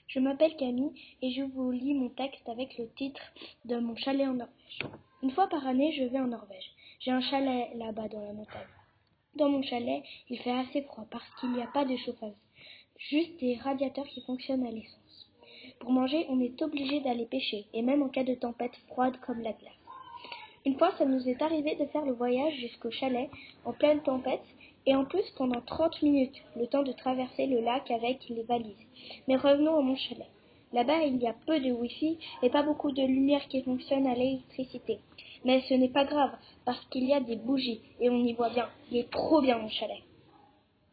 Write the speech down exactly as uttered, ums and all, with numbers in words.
Je m'appelle Camille et je vous lis mon texte avec le titre de mon chalet en Norvège. Une fois par année, je vais en Norvège. J'ai un chalet là-bas dans la montagne. Dans mon chalet, il fait assez froid parce qu'il n'y a pas de chauffage, juste des radiateurs qui fonctionnent à l'essence. Pour manger, on est obligé d'aller pêcher, et même en cas de tempête froide comme la glace. Une fois, ça nous est arrivé de faire le voyage jusqu'au chalet en pleine tempête, et en plus pendant trente minutes, le temps de traverser le lac avec les valises. Mais revenons à mon chalet. Là-bas, il y a peu de wifi et pas beaucoup de lumière qui fonctionne à l'électricité. Mais ce n'est pas grave, parce qu'il y a des bougies, et on y voit bien. Il est trop bien mon chalet.